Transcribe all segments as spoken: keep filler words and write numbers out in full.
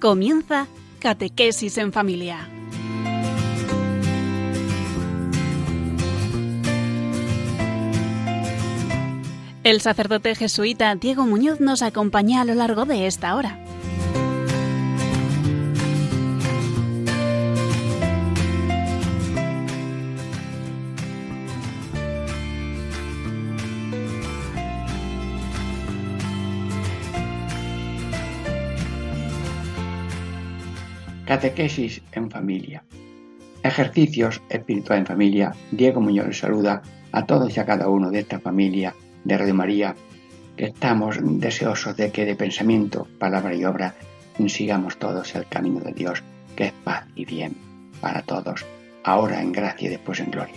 Comienza Catequesis en Familia. El sacerdote jesuita Diego Muñoz nos acompaña a lo largo de esta hora. Catequesis en familia. Ejercicios espirituales en familia. Diego Muñoz les saluda a todos y a cada uno de esta familia de Radio María, que estamos deseosos de que de pensamiento, palabra y obra sigamos todos el camino de Dios, que es paz y bien para todos, ahora en gracia y después en gloria.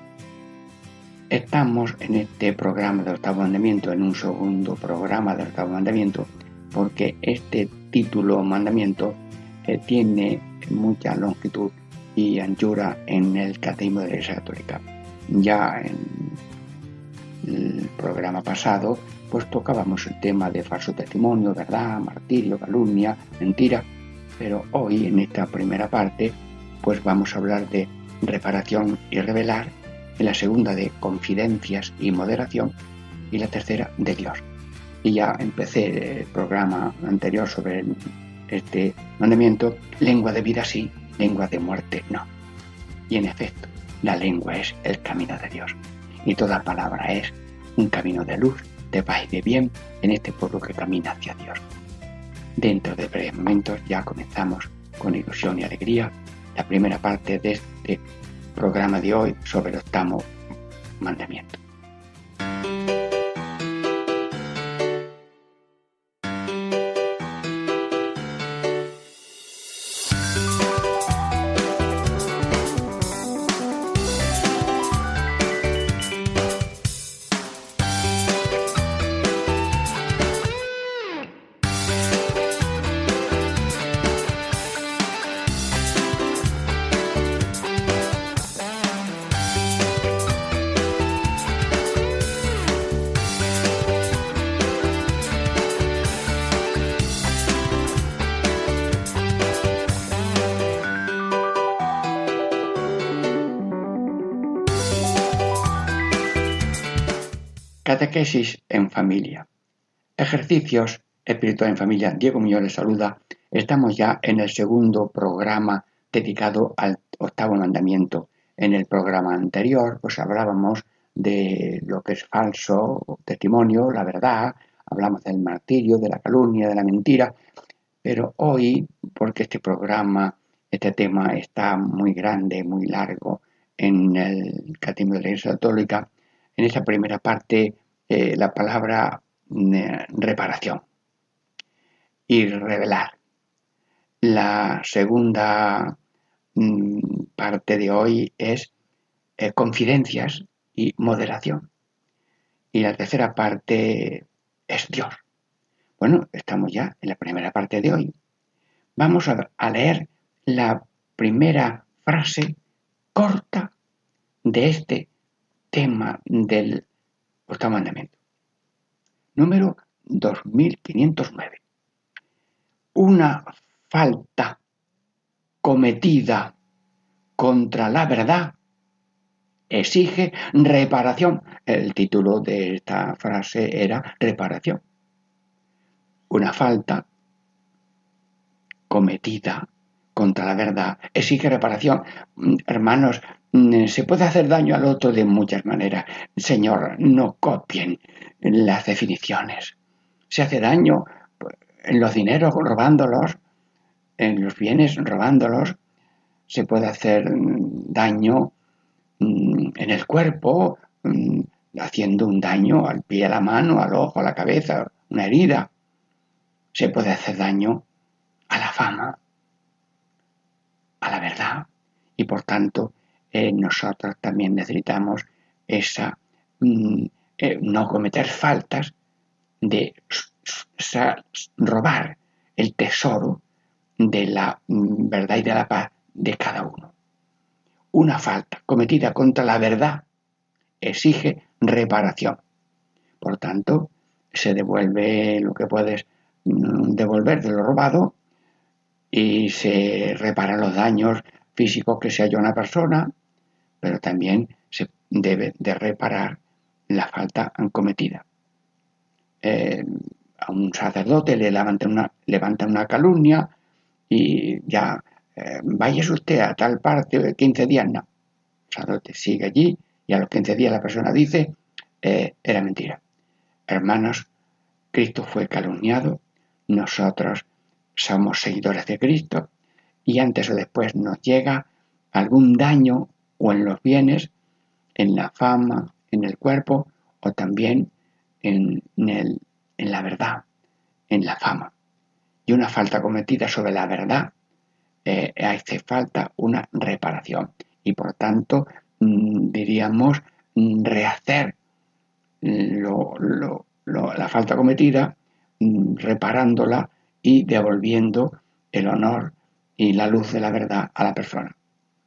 Estamos en este programa del octavo mandamiento, en un segundo programa del octavo mandamiento, porque este título mandamiento eh, tiene mucha longitud y anchura en el Catecismo de la Iglesia Católica. Ya en el programa pasado pues tocábamos el tema de falso testimonio, verdad, martirio, calumnia, mentira, pero hoy en esta primera parte pues vamos a hablar de reparación y revelar, en la segunda de confidencias y moderación y la tercera de Dios. Y ya empecé el programa anterior sobre este mandamiento: lengua de vida sí, lengua de muerte no. Y en efecto, la lengua es el camino de Dios y toda palabra es un camino de luz, de paz y de bien en este pueblo que camina hacia Dios. Dentro de breves momentos ya comenzamos con ilusión y alegría la primera parte de este programa de hoy sobre el octavo mandamiento. Catequesis en familia. Ejercicios espirituales en familia. Diego Muñoz les saluda. Estamos ya en el segundo programa dedicado al octavo mandamiento. En el programa anterior pues hablábamos de lo que es falso testimonio, la verdad, hablamos del martirio, de la calumnia, de la mentira, pero hoy, porque este programa, este tema está muy grande, muy largo en el Catecismo de la Iglesia Católica, en esta primera parte eh, la palabra eh, reparación y revelar. La segunda mm, parte de hoy es eh, confidencias y moderación. Y la tercera parte es Dios. Bueno, estamos ya en la primera parte de hoy. Vamos a, a leer la primera frase corta de este tema del octavo mandamiento. Número dos mil quinientos nueve. Una falta cometida contra la verdad exige reparación. El título de esta frase era reparación. Una falta cometida contra la verdad exige reparación. Hermanos, se puede hacer daño al otro de muchas maneras. Señor, no copien las definiciones. Se hace daño en los dineros robándolos, en los bienes robándolos. Se puede hacer daño en el cuerpo, haciendo un daño al pie, a la mano, al ojo, a la cabeza, una herida. Se puede hacer daño a la fama, a la verdad, y por tanto eh, nosotros también necesitamos esa mm, eh, no cometer faltas de sa, robar el tesoro de la mm, verdad y de la paz de cada uno. Una falta cometida contra la verdad exige reparación. Por tanto, se devuelve lo que puedes mm, devolver de lo robado y se reparan los daños físicos que se haya una persona, pero también se debe de reparar la falta cometida. Eh, a un sacerdote le levantan una, levantan una calumnia y ya, eh, váyase usted a tal parte de quince días, no. El sacerdote sigue allí y a los quince días la persona dice, eh, era mentira. Hermanos, Cristo fue calumniado, nosotros somos seguidores de Cristo y antes o después nos llega algún daño o en los bienes, en la fama, en el cuerpo o también en, en, el, en la verdad, en la fama. Y una falta cometida sobre la verdad, eh, hace falta una reparación y por tanto mmm, diríamos mmm, rehacer lo, lo, lo, la falta cometida, mmm, reparándola y devolviendo el honor y la luz de la verdad a la persona.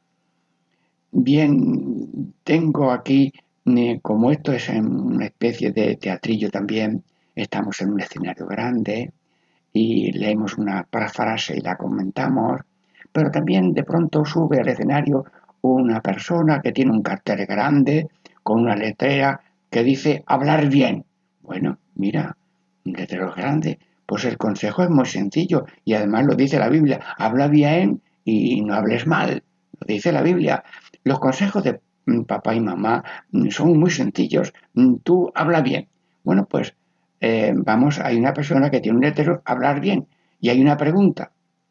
Bien, tengo aquí, como esto es una especie de teatrillo también, estamos en un escenario grande y leemos una frase y la comentamos, pero también de pronto sube al escenario una persona que tiene un cartel grande con una letrera que dice hablar bien. Bueno, mira, un letrero grande, pues el consejo es muy sencillo y además lo dice la Biblia, habla bien y no hables mal, lo dice la Biblia. Los consejos de papá y mamá son muy sencillos, tú habla bien. Bueno, pues eh, vamos, hay una persona que tiene un letrero, hablar bien, y hay una pregunta.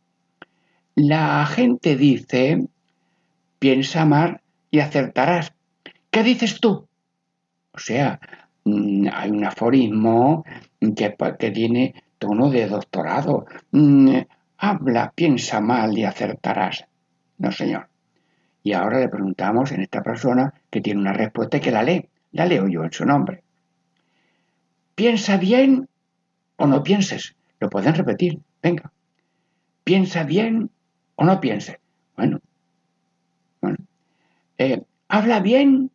La gente dice, piensa mal y acertarás. ¿Qué dices tú? O sea, mmm, hay un aforismo que, que tiene tono de doctorado. Mm, habla, piensa mal y acertarás. No, señor. Y ahora le preguntamos en esta persona que tiene una respuesta y que la lee. La leo yo en su nombre. ¿Piensa bien o no pienses? Lo pueden repetir. Venga. ¿Piensa bien o no pienses? Bueno. bueno. Eh, ¿Habla bien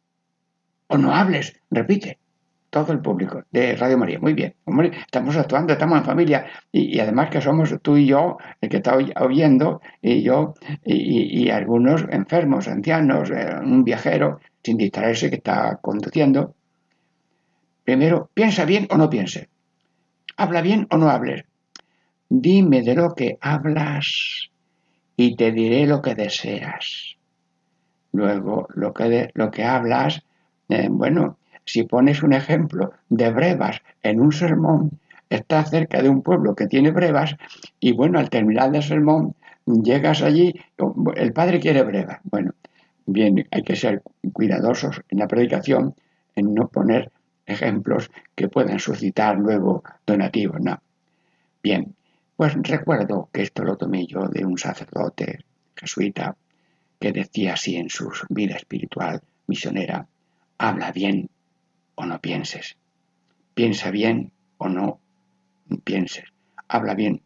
o no hables? Repite. Todo el público de Radio María. Muy bien. Hombre, estamos actuando, estamos en familia. Y, y además que somos tú y yo, el que está oyendo, y yo, y, y algunos enfermos, ancianos, eh, un viajero, sin distraerse, que está conduciendo. Primero, piensa bien o no piense. Habla bien o no hables. Dime de lo que hablas y te diré lo que deseas. Luego, lo que, de, lo que hablas, eh, bueno, si pones un ejemplo de brevas en un sermón, estás cerca de un pueblo que tiene brevas y bueno, al terminar el sermón, llegas allí, el padre quiere brevas. Bueno, bien, hay que ser cuidadosos en la predicación, en no poner ejemplos que puedan suscitar luego donativos, ¿no? Bien, pues recuerdo que esto lo tomé yo de un sacerdote jesuita que decía así en su vida espiritual misionera, habla bien o no pienses, piensa bien o no pienses, habla bien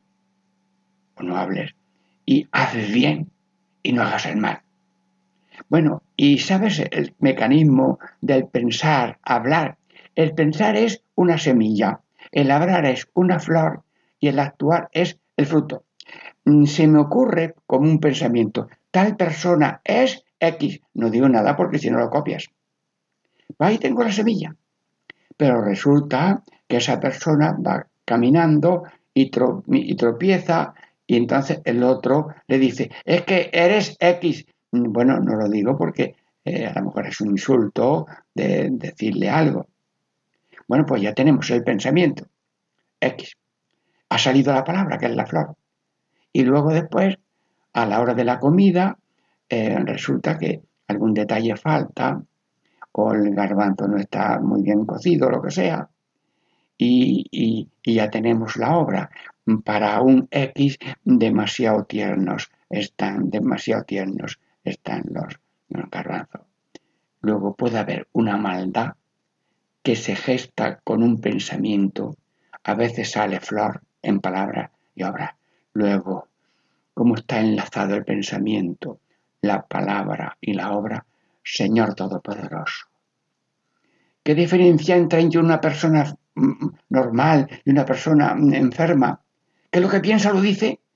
o no hables y haz bien y no hagas el mal. Bueno, y sabes el mecanismo del pensar, hablar. El pensar es una semilla, el hablar es una flor y el actuar es el fruto. Se me ocurre como un pensamiento, tal persona es X, no digo nada porque si no lo copias. Ahí tengo la semilla. Pero resulta que esa persona va caminando y, tro- y tropieza y entonces el otro le dice, es que eres X. Bueno, no lo digo porque eh, a lo mejor es un insulto de decirle algo. Bueno, pues ya tenemos el pensamiento, X. Ha salido la palabra, que es la flor. Y luego después, a la hora de la comida, eh, resulta que algún detalle falta, o el garbanzo no está muy bien cocido, lo que sea, y, y, y ya tenemos la obra. Para un X demasiado tiernos están, demasiado tiernos están los, los garbanzos. Luego puede haber una maldad que se gesta con un pensamiento, a veces sale flor en palabras y obras. Luego, cómo está enlazado el pensamiento, la palabra y la obra, Señor Todopoderoso. ¿Qué diferencia entre una persona normal y una persona enferma? ¿Que lo que piensa lo dice?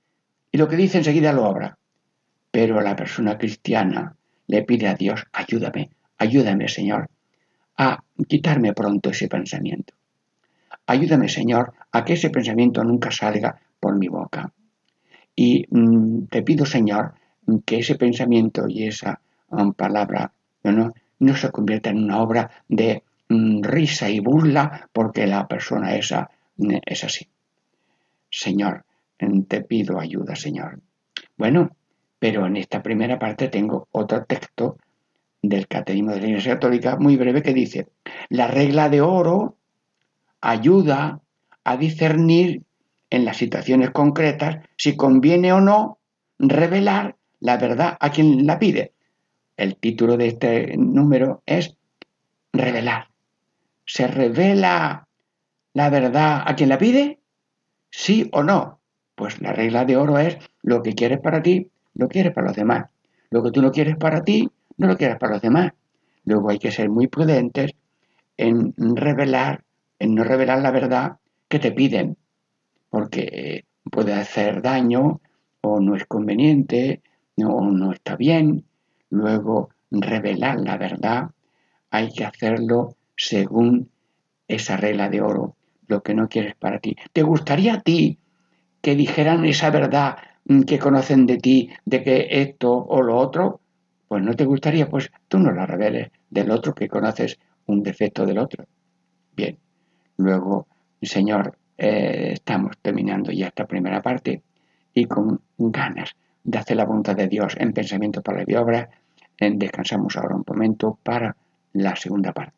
y lo que dice enseguida lo obra. Pero la persona cristiana le pide a Dios, ayúdame, ayúdame, Señor, a quitarme pronto ese pensamiento. Ayúdame, Señor, a que ese pensamiento nunca salga por mi boca. Y mmm, te pido, Señor, que ese pensamiento y esa um, palabra ¿no? no se convierta en una obra de mmm, risa y burla porque la persona esa mm, es así. Señor, te pido ayuda, Señor. Bueno, pero en esta primera parte tengo otro texto del Catecismo de la Iglesia Católica muy breve que dice: la regla de oro ayuda a discernir en las situaciones concretas si conviene o no revelar la verdad a quien la pide. El título de este número es revelar. ¿Se revela la verdad a quien la pide? ¿Sí o no? Pues la regla de oro es: lo que quieres para ti, lo quieres para los demás. Lo que tú no quieres para ti, no lo quieres para los demás. Luego hay que ser muy prudentes en revelar, en no revelar la verdad que te piden, porque puede hacer daño o no es conveniente o no está bien. Luego, revelar la verdad hay que hacerlo según esa regla de oro. Lo que no quieres para ti. ¿Te gustaría a ti que dijeran esa verdad que conocen de ti, de que esto o lo otro? Pues no te gustaría, pues tú no la reveles del otro, que conoces un defecto del otro. Bien, luego, Señor, eh, estamos terminando ya esta primera parte y con ganas de hacer la voluntad de Dios en pensamiento, palabra y obra, eh, descansamos ahora un momento para la segunda parte.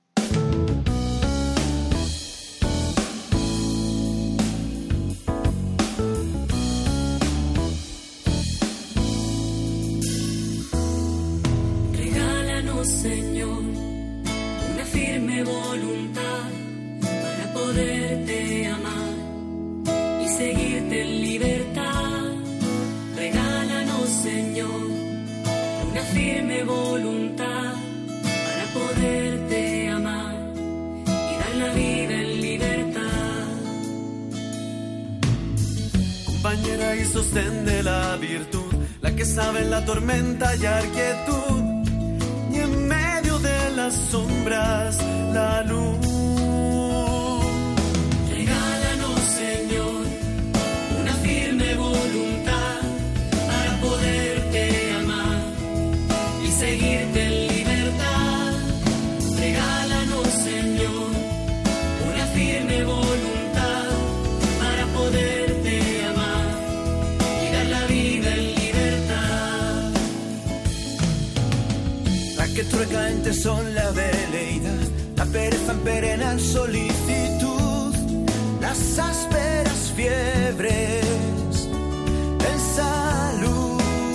Señor, una firme voluntad para poderte amar y seguirte en libertad. Regálanos, Señor, una firme voluntad para poderte amar y dar la vida en libertad. Compañera y sostén de la virtud, la que sabe en la tormenta hallar quietud. Y en medio de las sombras, la luz. Regálanos, Señor, una firme voluntad para poderte amar y seguirte en libertad. Regálanos, Señor, una firme voluntad para poderte amar y dar la vida en libertad. Que trueca en tesón la veleidad, la pereza en perenal solicitud, las ásperas fiebres en salud.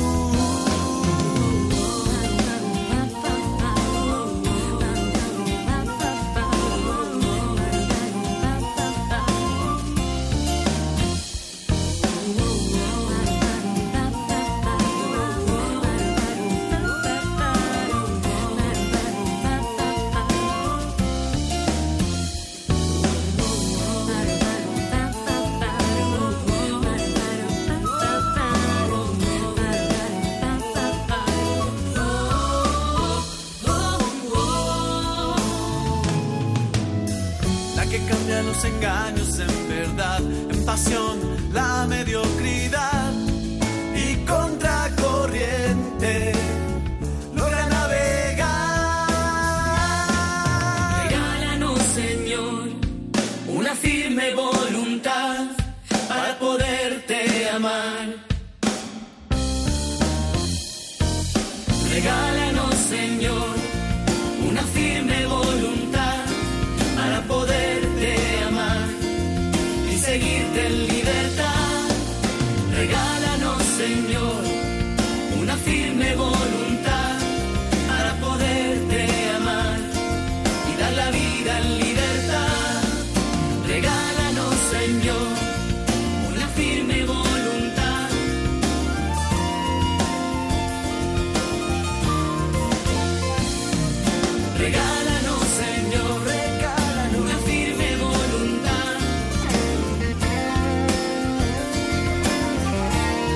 Los engaños en verdad, en pasión, la mediocridad y contracorriente logra navegar. Regálanos, Señor, una firme voluntad para poderte amar. Regálanos, Señor, una firme voluntad para poderte amar y seguirte en libertad. Regálanos, Señor, una firme voluntad para poderte amar y dar la vida en libertad. Regálanos, Señor, una firme voluntad. Regálanos, Señor, una firme voluntad.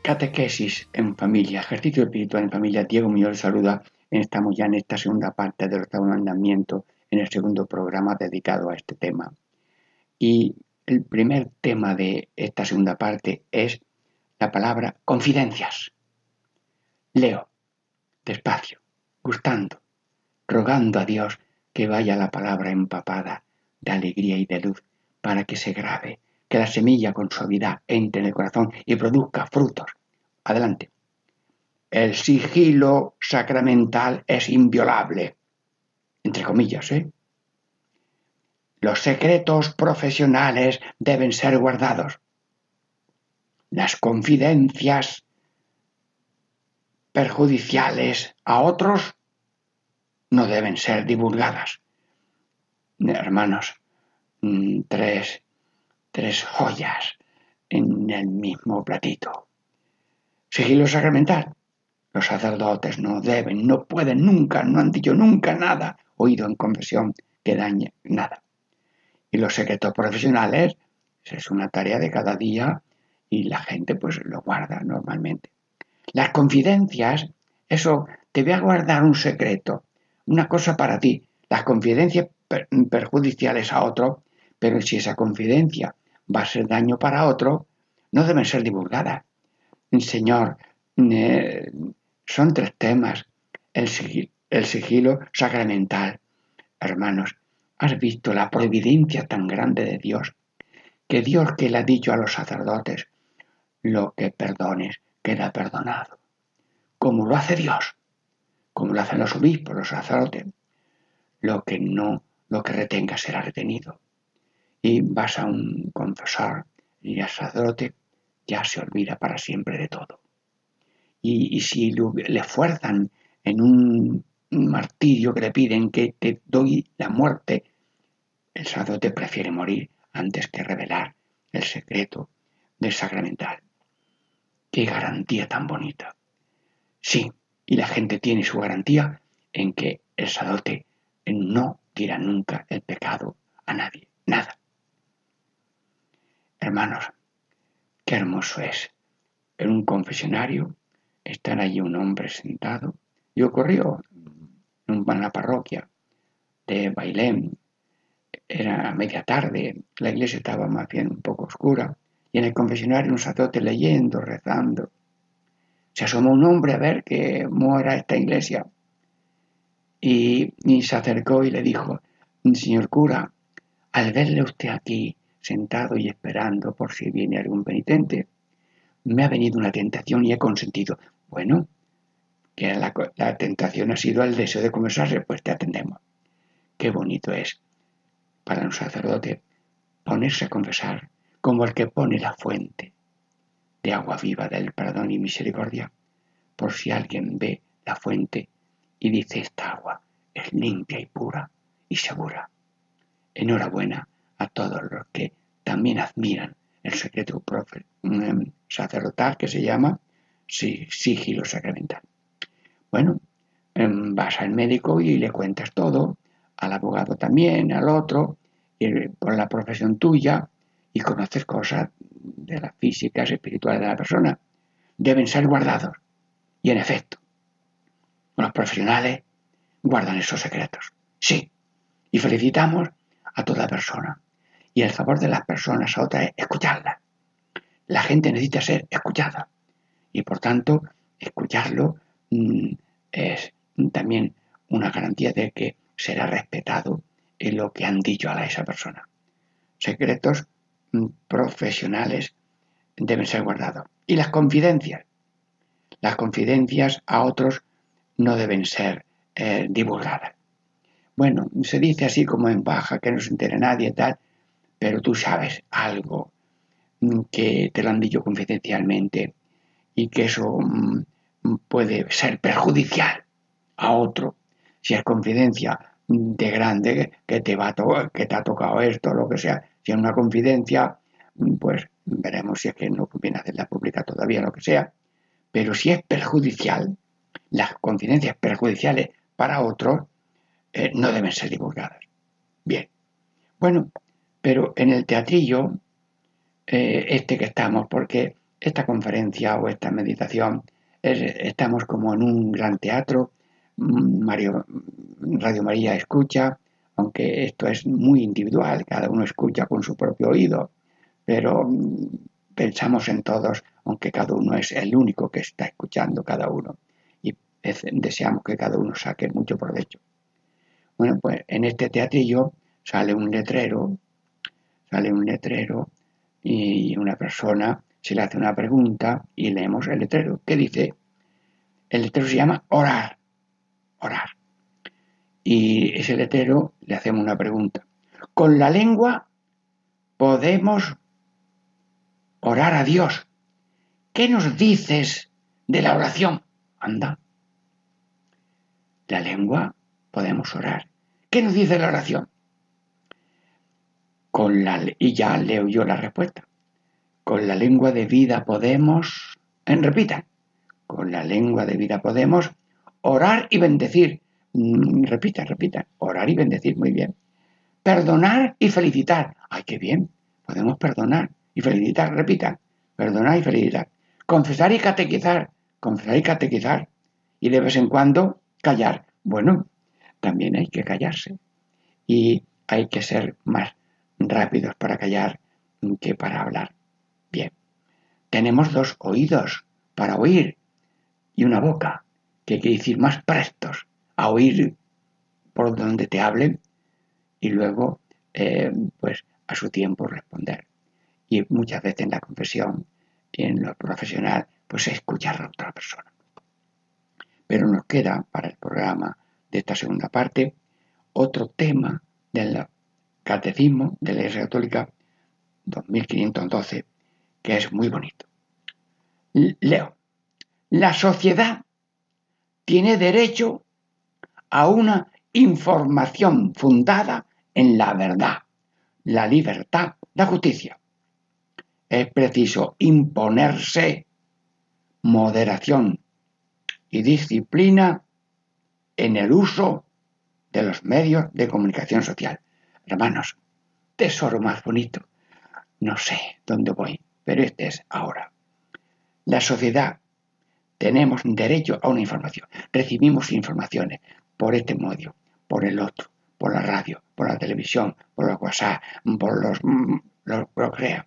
Catequesis en familia, ejercicio espiritual en familia. Diego Muñoz les saluda. Estamos ya en esta segunda parte del octavo mandamiento, en el segundo programa dedicado a este tema. Y el primer tema de esta segunda parte es la palabra confidencias. Leo, despacio, gustando, rogando a Dios que vaya la palabra empapada de alegría y de luz para que se grabe, que la semilla con suavidad entre en el corazón y produzca frutos. Adelante. El sigilo sacramental es inviolable, entre comillas, ¿eh? Los secretos profesionales deben ser guardados. Las confidencias perjudiciales a otros no deben ser divulgadas. Hermanos, tres, tres joyas en el mismo platito. Sigilo sacramental. Los sacerdotes no deben, no pueden, nunca, no han dicho nunca nada oído en confesión que dañe nada. Y los secretos profesionales es una tarea de cada día y la gente pues lo guarda normalmente. Las confidencias, eso, te voy a guardar un secreto, una cosa para ti. Las confidencias per- perjudiciales a otro, pero si esa confidencia va a ser daño para otro, no deben ser divulgadas. Señor, eh, son tres temas. El sigilo, el sigilo sacramental. Hermanos, ¿has visto la providencia tan grande de Dios? Que Dios que le ha dicho a los sacerdotes, lo que perdones queda perdonado. Como lo hace Dios, como lo hacen los obispos, los sacerdotes. Lo que no, lo que retenga será retenido. Y vas a un confesor y al sacerdote ya se olvida para siempre de todo. Y, y si lo, le fuerzan en un, un martirio que le piden que te doy la muerte, el sacerdote prefiere morir antes que revelar el secreto del sacramental. ¡Qué garantía tan bonita! Sí, y la gente tiene su garantía en que el sacerdote no tira nunca el pecado a nadie, nada. Hermanos, qué hermoso es en un confesionario estar allí un hombre sentado. Y ocurrió en una parroquia de Bailén. Era a media tarde, la iglesia estaba más bien un poco oscura, y en el confesionario un sacerdote leyendo, rezando. Se asomó un hombre a ver que muera esta iglesia, y, y se acercó y le dijo, señor cura, al verle usted aquí sentado y esperando por si viene algún penitente, me ha venido una tentación y he consentido. Bueno, que la, la tentación ha sido el deseo de confesarse, pues te atendemos. Qué bonito es para un sacerdote ponerse a confesar como el que pone la fuente de agua viva del perdón y misericordia, por si alguien ve la fuente y dice esta agua es limpia y pura y segura. Enhorabuena a todos los que también admiran el secreto profe, um, sacerdotal que se llama sigilo sacramental. Bueno, um, vas al médico y le cuentas todo, al abogado también, al otro, y por la profesión tuya, y conoces cosas de las físicas, espirituales de la persona. Deben ser guardados. Y en efecto, los profesionales guardan esos secretos. Sí, y felicitamos a toda persona. Y el favor de las personas a otras es escucharlas. La gente necesita ser escuchada. Y por tanto, escucharlo mmm, es también una garantía de que será respetado en lo que han dicho a esa persona. Secretos mmm, profesionales deben ser guardados. Y las confidencias. Las confidencias a otros no deben ser eh, divulgadas. Bueno, se dice así como en baja, que no se entere nadie y tal, pero tú sabes algo que te lo han dicho confidencialmente y que eso mmm, puede ser perjudicial a otro. Si es confidencia de grande, que te, va a to- que te ha tocado esto, lo que sea, si es una confidencia, pues veremos si es que no conviene hacerla pública todavía, lo que sea. Pero si es perjudicial, las confidencias perjudiciales para otros eh, no deben ser divulgadas. Bien, bueno, pero en el teatrillo, eh, este que estamos, porque esta conferencia o esta meditación, es, estamos como en un gran teatro. Mario, Radio María escucha, aunque esto es muy individual, cada uno escucha con su propio oído, pero pensamos en todos, aunque cada uno es el único que está escuchando cada uno, y es, deseamos que cada uno saque mucho provecho. Bueno, pues en este teatrillo sale un letrero, sale un letrero y una persona se le hace una pregunta y leemos el letrero. ¿Qué dice? El letrero se llama orar, orar. Y ese letrero le hacemos una pregunta. Con la lengua podemos orar a Dios. ¿Qué nos dices de la oración? Anda. La lengua podemos orar. ¿Qué nos dice la oración? Con la, y ya leo yo la respuesta. Con la lengua de vida podemos, en repitan, con la lengua de vida podemos orar y bendecir. Mm, repita, repita, orar y bendecir, muy bien. Perdonar y felicitar. Ay, qué bien, podemos perdonar y felicitar, repita, perdonar y felicitar. Confesar y catequizar, confesar y catequizar. Y de vez en cuando callar. Bueno, también hay que callarse. Y hay que ser más rápidos para callar que para hablar. Bien, tenemos dos oídos para oír y una boca, que hay que decir más prestos a oír por donde te hablen y luego eh, pues a su tiempo responder. Y muchas veces en la confesión y en lo profesional pues escuchar a otra persona. Pero nos queda para el programa de esta segunda parte otro tema del Catecismo de la Iglesia Católica dos mil quinientos doce, que es muy bonito. Leo. La sociedad tiene derecho a una información fundada en la verdad, la libertad, la justicia. Es preciso imponerse moderación y disciplina en el uso de los medios de comunicación social. Hermanos, tesoro más bonito. No sé dónde voy, pero este es ahora. La sociedad tenemos derecho a una información. Recibimos informaciones por este medio, por el otro, por la radio, por la televisión, por los WhatsApp, por los, los, los crea.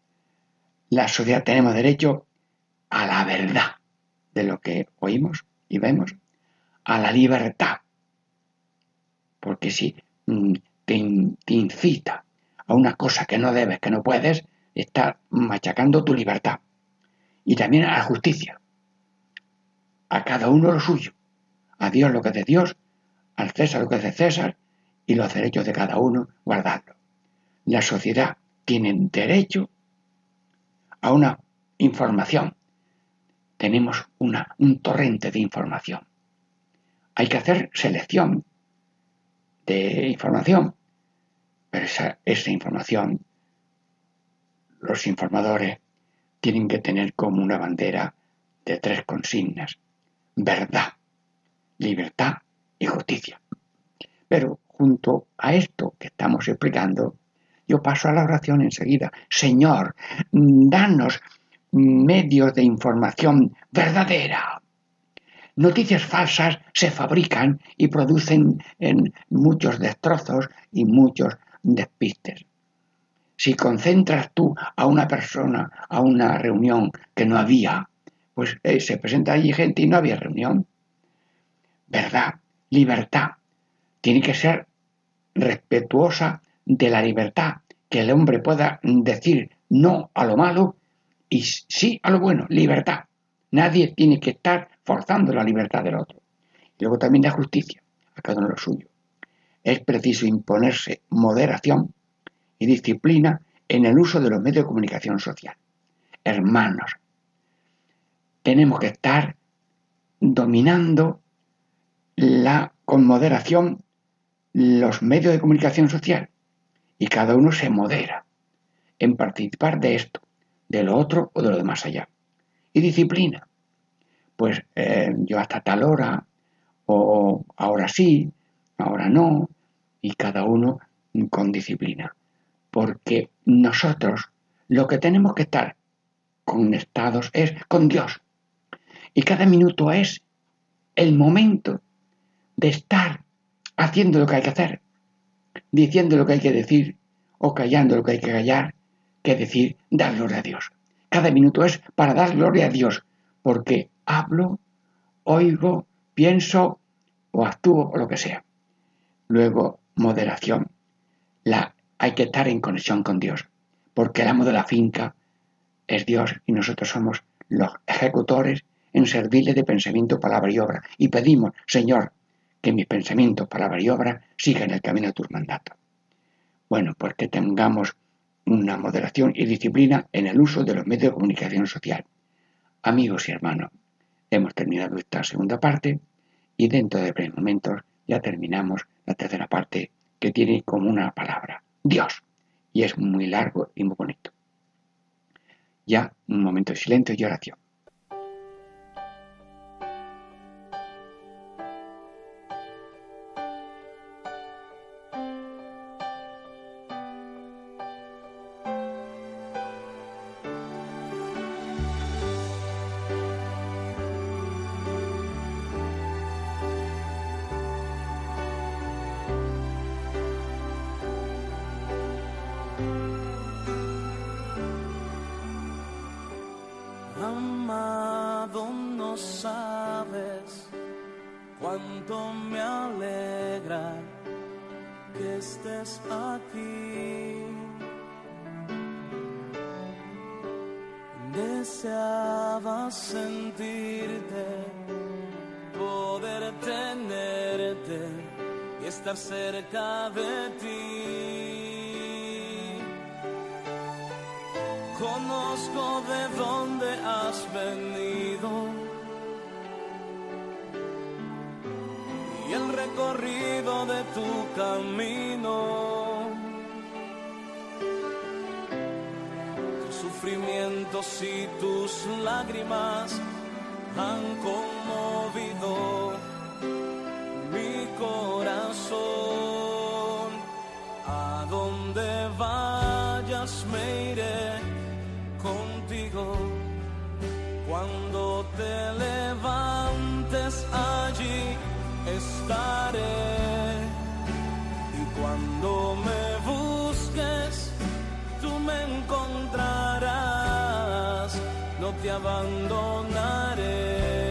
La sociedad tenemos derecho a la verdad de lo que oímos y vemos, a la libertad, porque si te, te incita a una cosa que no debes, que no puedes, está machacando tu libertad. Y también a la justicia, a cada uno lo suyo, a Dios lo que es de Dios, al César lo que es de César, y los derechos de cada uno guardarlos. La sociedad tiene derecho a una información. Tenemos una, un torrente de información. Hay que hacer selección de información, pero esa, esa información, los informadores tienen que tener como una bandera de tres consignas: verdad, libertad y justicia. Pero junto a esto que estamos explicando, yo paso a la oración enseguida. Señor, danos medios de información verdadera. Noticias falsas se fabrican y producen en muchos destrozos y muchos despistes. Si concentras tú a una persona a una reunión que no había, pues eh, se presenta allí gente y no había reunión. Verdad, libertad, tiene que ser respetuosa de la libertad, que el hombre pueda decir no a lo malo y sí a lo bueno, libertad. Nadie tiene que estar forzando la libertad del otro. Y luego también la justicia, a cada uno lo suyo. Es preciso imponerse moderación y disciplina en el uso de los medios de comunicación social. Hermanos, tenemos que estar dominando la, con moderación los medios de comunicación social, y cada uno se modera en participar de esto, de lo otro o de lo de más allá. Y disciplina, pues eh, yo hasta tal hora, o ahora sí, ahora no, y cada uno con disciplina. Porque nosotros lo que tenemos que estar conectados es con Dios. Y cada minuto es el momento de estar haciendo lo que hay que hacer, diciendo lo que hay que decir o callando lo que hay que callar, que decir, dar gloria a Dios. Cada minuto es para dar gloria a Dios, porque hablo, oigo, pienso o actúo o lo que sea. Luego, moderación. La, hay que estar en conexión con Dios, porque el amo de la finca es Dios y nosotros somos los ejecutores en servirle de pensamiento, palabra y obra. Y pedimos, Señor, que mis pensamientos, palabra y obra sigan el camino de tus mandatos. Bueno, pues que tengamos una moderación y disciplina en el uso de los medios de comunicación social. Amigos y hermanos, hemos terminado esta segunda parte y dentro de breves momentos ya terminamos la tercera parte, que tiene como una palabra, Dios, y es muy largo y muy bonito. Ya un momento de silencio y oración. Amado, no sabes cuánto me alegra que estés aquí. Deseaba sentirte, poder tenerte y estar cerca de ti. Conozco de dónde has venido y el recorrido de tu camino, tus sufrimientos y tus lágrimas han conmovido mi corazón. A donde vayas me iré contigo, cuando te levantes allí estaré, y cuando me busques tú me encontrarás, no te abandonaré.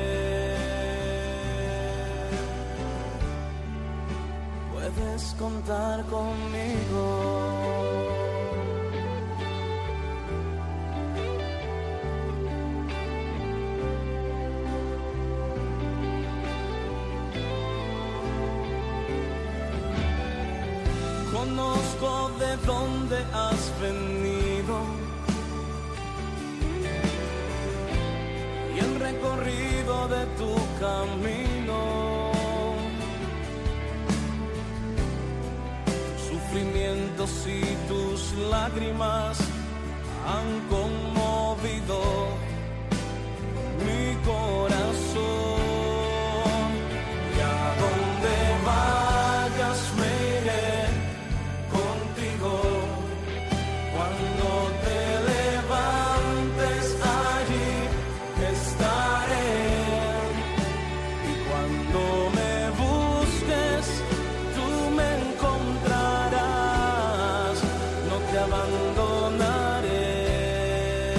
Puedes contar conmigo. Conozco de dónde has venido y el recorrido de tu camino, tus sufrimientos y tus lágrimas han conmovido mi corazón. Y a donde vayas me iré contigo, cuando te levantes allí estaré, y cuando me busques tú me encontrarás, no te abandonaré.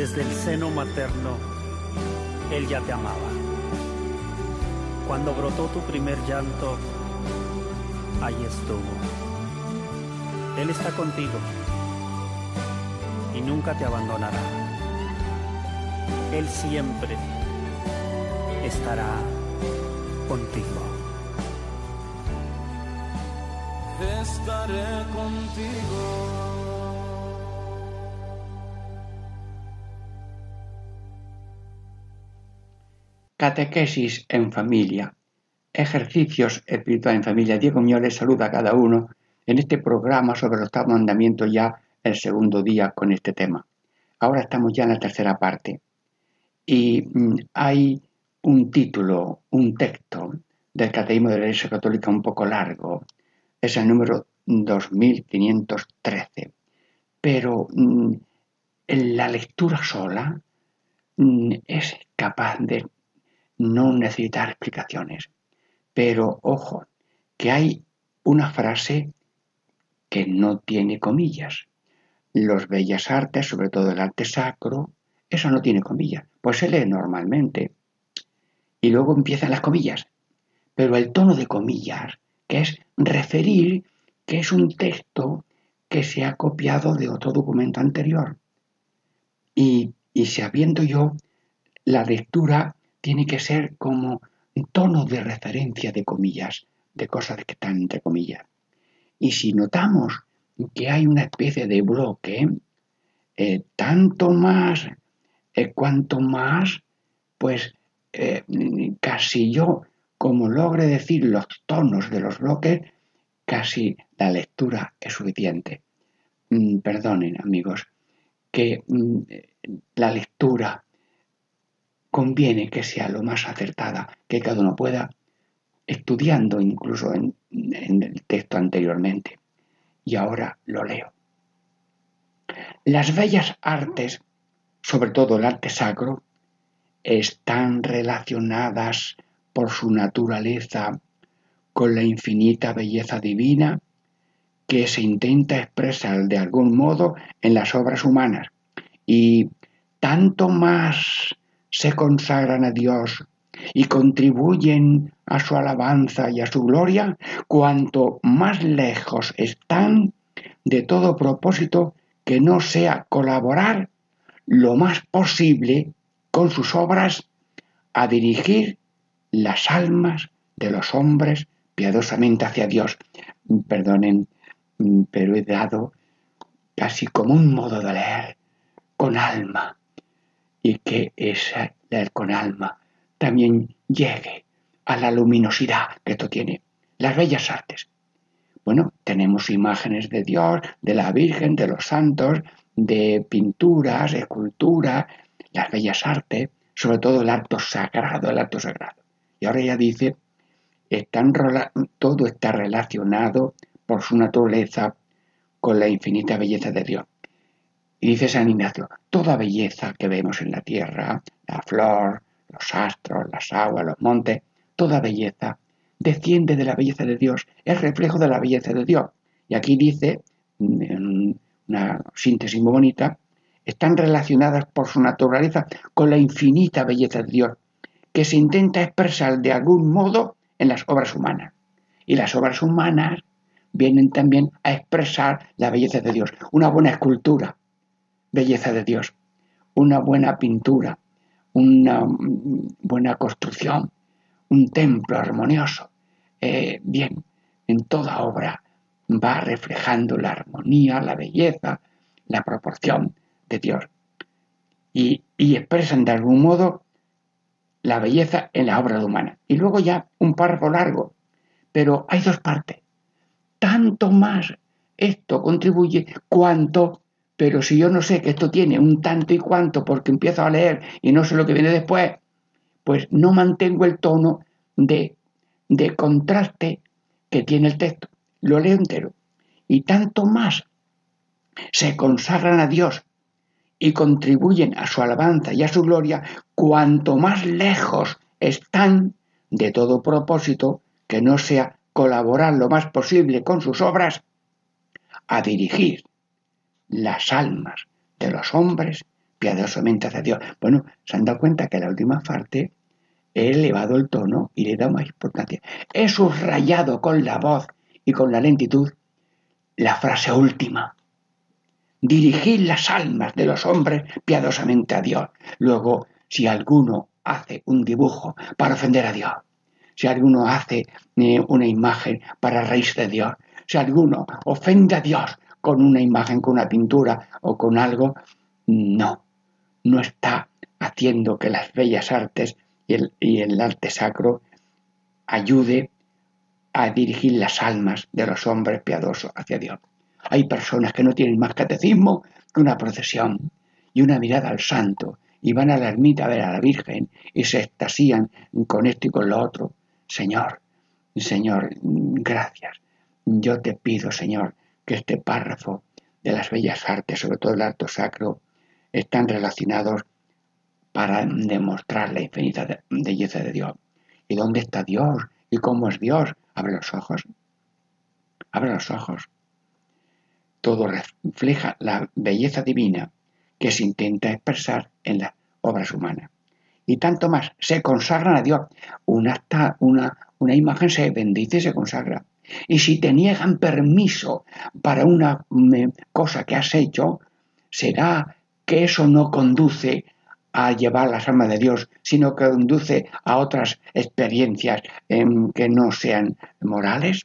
desde el seno materno Él ya te amaba. Cuando brotó tu primer llanto, ahí estuvo. Él está contigo y nunca te abandonará. Él siempre estará contigo. Estaré contigo. Catequesis en familia, ejercicios espirituales en familia. Diego Muñoz les saluda a cada uno en este programa sobre el octavo mandamiento, ya el segundo día con este tema. Ahora estamos ya en la tercera parte y mm, hay un título, un texto del Catecismo de la Iglesia Católica un poco largo, es el número dos mil quinientos trece, pero mm, en la lectura sola mm, es capaz de no necesitar explicaciones. Pero ojo, que hay una frase que no tiene comillas. Los bellas artes, sobre todo el arte sacro, eso no tiene comillas. Pues se lee normalmente. Y luego empiezan las comillas. Pero el tono de comillas, que es referir que es un texto que se ha copiado de otro documento anterior. Y, y sabiendo yo, la lectura tiene que ser como un tono de referencia de comillas, de cosas que están entre comillas. Y si notamos que hay una especie de bloque, eh, tanto más, eh, cuanto más, pues eh, casi yo, como logre decir los tonos de los bloques, casi la lectura es suficiente. Mm, perdonen, amigos, que mm, la lectura conviene que sea lo más acertada que cada uno pueda, estudiando incluso en, en el texto anteriormente. Y ahora lo leo. Las bellas artes, sobre todo el arte sacro, están relacionadas por su naturaleza con la infinita belleza divina que se intenta expresar de algún modo en las obras humanas, y tanto más se consagran a Dios y contribuyen a su alabanza y a su gloria, cuanto más lejos están de todo propósito que no sea colaborar lo más posible con sus obras a dirigir las almas de los hombres piadosamente hacia Dios. Perdonen, pero he dado casi como un modo de leer con alma, y que ese leer con alma también llegue a la luminosidad que esto tiene. Las bellas artes. Bueno, tenemos imágenes de Dios, de la Virgen, de los santos, de pinturas, esculturas, las bellas artes, sobre todo el arte sagrado, el arte sagrado. Y ahora ya dice, están, todo está relacionado por su naturaleza con la infinita belleza de Dios. Y dice San Ignacio, toda belleza que vemos en la tierra, la flor, los astros, las aguas, los montes, toda belleza desciende de la belleza de Dios, es reflejo de la belleza de Dios. Y aquí dice, en una síntesis muy bonita, están relacionadas por su naturaleza con la infinita belleza de Dios, que se intenta expresar de algún modo en las obras humanas. Y las obras humanas vienen también a expresar la belleza de Dios. Una buena escultura, belleza de Dios. Una buena pintura, una buena construcción, un templo armonioso. Eh, bien, en toda obra va reflejando la armonía, la belleza, la proporción de Dios. Y, y expresan de algún modo la belleza en la obra humana. Y luego ya un párrafo largo, pero hay dos partes. Tanto más esto contribuye cuanto, pero si yo no sé que esto tiene un tanto y cuanto porque empiezo a leer y no sé lo que viene después, pues no mantengo el tono de, de contraste que tiene el texto. Lo leo entero. Y tanto más se consagran a Dios y contribuyen a su alabanza y a su gloria, cuanto más lejos están de todo propósito que no sea colaborar lo más posible con sus obras a dirigir las almas de los hombres piadosamente hacia Dios. Bueno, se han dado cuenta que la última parte he elevado el tono y le he dado más importancia. He subrayado con la voz y con la lentitud la frase última. Dirigid las almas de los hombres piadosamente a Dios. Luego, si alguno hace un dibujo para ofender a Dios, si alguno hace eh, una imagen para reírse de Dios, si alguno ofende a Dios con una imagen, con una pintura o con algo, no, no está haciendo que las bellas artes y el, y el arte sacro ayude a dirigir las almas de los hombres piadosos hacia Dios. Hay personas que no tienen más catecismo que una procesión y una mirada al santo y van a la ermita a ver a la Virgen y se extasían con esto y con lo otro. Señor, Señor, gracias. Yo te pido, Señor, que este párrafo de las bellas artes, sobre todo el arte sacro, están relacionados para demostrar la infinita belleza de Dios. ¿Y dónde está Dios? ¿Y cómo es Dios? Abre los ojos. Abre los ojos. Todo refleja la belleza divina que se intenta expresar en las obras humanas. Y tanto más, se consagran a Dios. Una, una, una imagen se bendice y se consagra. Y si te niegan permiso para una me, cosa que has hecho, será que eso no conduce a llevar las almas de Dios, sino que conduce a otras experiencias eh, que no sean morales.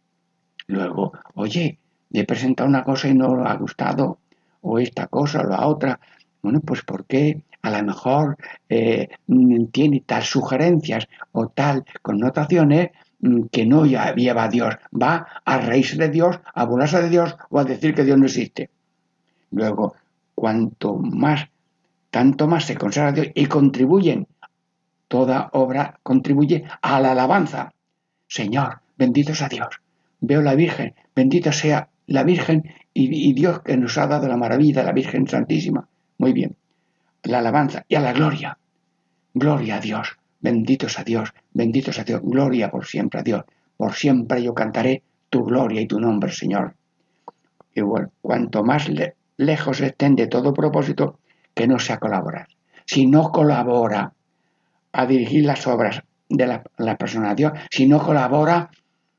Luego, oye, le he presentado una cosa y no le ha gustado, o esta cosa o la otra. Bueno, pues ¿por qué? A lo mejor eh, tiene tal sugerencias o tal connotaciones que no lleva a Dios. Va a reírse de Dios, a burlarse de Dios o a decir que Dios no existe. Luego, cuanto más, tanto más se consagra a Dios y contribuyen, toda obra contribuye a la alabanza. Señor, bendito sea Dios. Veo la Virgen, bendita sea la Virgen y, y Dios que nos ha dado la maravilla, la Virgen Santísima. Muy bien. La alabanza y a la gloria. Gloria a Dios. Bendito sea Dios. Bendito sea Dios. Gloria por siempre a Dios. Por siempre yo cantaré tu gloria y tu nombre, Señor. Igual, cuanto más le, lejos estén de todo propósito, que no sea colaborar. Si no colabora a dirigir las obras de la, la persona de Dios, si no colabora,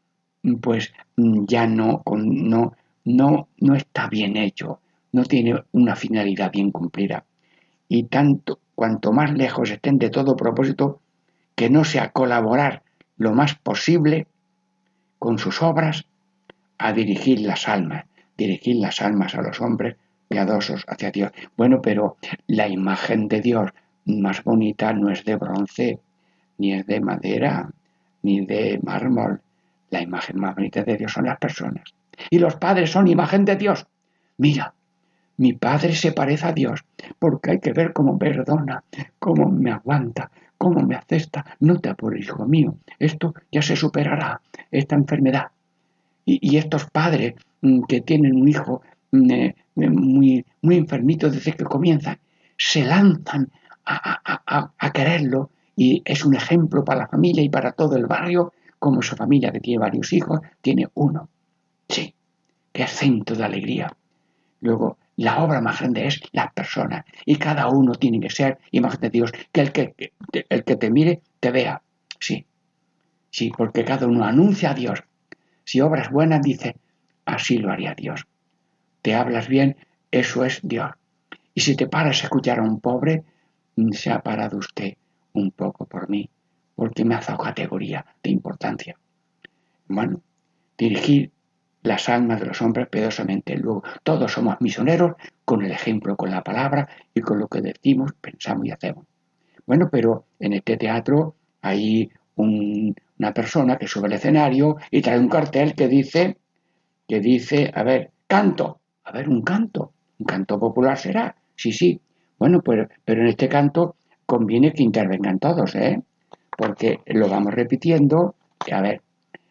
pues ya no, no, no, no está bien hecho, no tiene una finalidad bien cumplida. Y tanto, cuanto más lejos estén de todo propósito, que no sea colaborar lo más posible con sus obras a dirigir las almas, dirigir las almas a los hombres piadosos hacia Dios. Bueno, pero la imagen de Dios más bonita no es de bronce, ni es de madera, ni de mármol. La imagen más bonita de Dios son las personas. Y los padres son imagen de Dios. Mira, mi padre se parece a Dios, porque hay que ver cómo perdona, cómo me aguanta, cómo me acepta. No te apures, hijo mío, esto ya se superará, esta enfermedad. Y, y estos padres mmm, que tienen un hijo mmm, muy, muy enfermito desde que comienzan, se lanzan a, a, a, a quererlo y es un ejemplo para la familia y para todo el barrio, como su familia que tiene varios hijos, tiene uno. Sí, que es centro de alegría. Luego, la obra más grande es las personas y cada uno tiene que ser imagen de Dios, que el que, el que te mire te vea. Sí, sí, porque cada uno anuncia a Dios. Si obras buenas, dice, así lo haría Dios. Te hablas bien, eso es Dios. Y si te paras a escuchar a un pobre, se ha parado usted un poco por mí, porque me ha dado categoría de importancia. Bueno, dirigir las almas de los hombres piadosamente. Luego, todos somos misioneros con el ejemplo, con la palabra y con lo que decimos, pensamos y hacemos. Bueno, pero en este teatro hay un, una persona que sube al escenario y trae un cartel que dice, que dice, a ver, canto. A ver, un canto. Un canto popular será. Sí, sí. Bueno, pues, pero en este canto conviene que intervengan todos, ¿eh? Porque lo vamos repitiendo. A ver,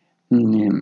en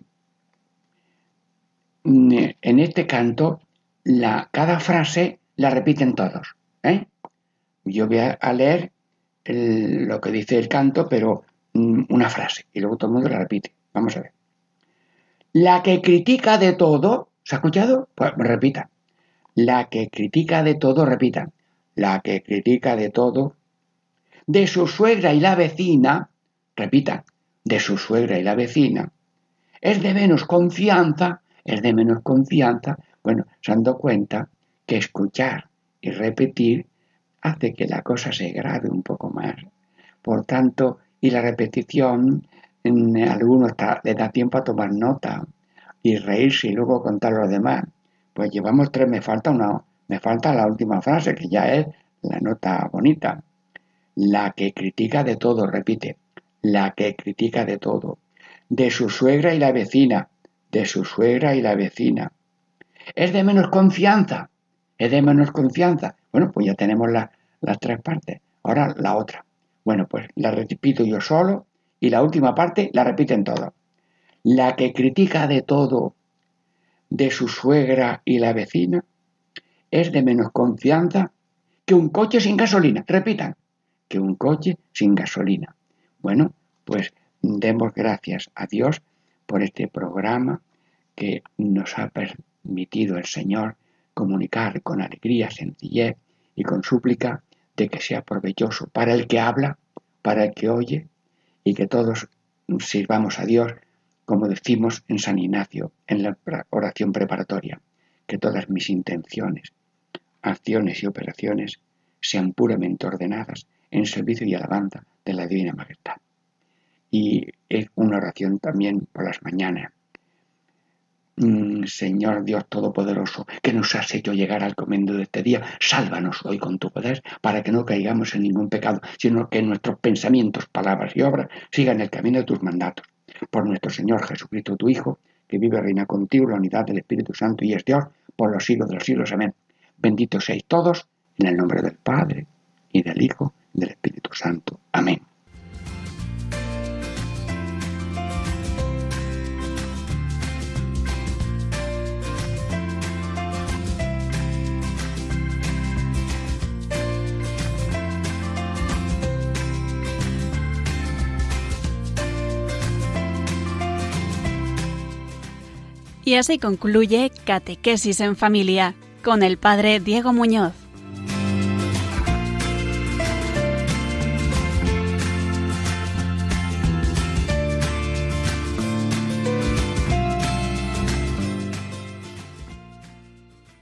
este canto, la, cada frase la repiten todos, ¿eh? Yo voy a leer el, lo que dice el canto, pero una frase, y luego todo el mundo la repite. Vamos a ver. La que critica de todo, ¿se ha escuchado? Pues repita. La que critica de todo, repita. la que critica de todo, de su suegra y la vecina, repita, de su suegra y la vecina, es de menos confianza, es de menos confianza, bueno, se han dado cuenta que escuchar y repetir hace que la cosa se grave un poco más. Por tanto, y la repetición, en algunos está, le da tiempo a tomar nota y reírse y luego contar lo demás. Pues llevamos tres, me falta una, me falta la última frase, que ya es la nota bonita. La que critica de todo, repite, la que critica de todo, de su suegra y la vecina, de su suegra y la vecina. Es de menos confianza, es de menos confianza. Bueno, pues ya tenemos la, las tres partes. Ahora la otra. Bueno, pues la repito yo solo y la última parte la repiten todos. La que critica de todo, de su suegra y la vecina, es de menos confianza que un coche sin gasolina. Repitan, que un coche sin gasolina. Bueno, pues demos gracias a Dios por este programa que nos ha permitido el Señor comunicar con alegría, sencillez y con súplica de que sea provechoso para el que habla, para el que oye, y que todos sirvamos a Dios, como decimos en San Ignacio, en la oración preparatoria, que todas mis intenciones, acciones y operaciones sean puramente ordenadas en servicio y alabanza de la Divina Majestad. Y es una oración también por las mañanas. Señor Dios Todopoderoso, que nos has hecho llegar al comendo de este día, sálvanos hoy con tu poder para que no caigamos en ningún pecado, sino que nuestros pensamientos, palabras y obras sigan el camino de tus mandatos. Por nuestro Señor Jesucristo, tu Hijo, que vive y reina contigo en la unidad del Espíritu Santo y es Dios, por los siglos de los siglos. Amén. Benditos seáis todos, en el nombre del Padre, y del Hijo, y del Espíritu Santo. Amén. Y así concluye Catequesis en Familia con el Padre Diego Muñoz.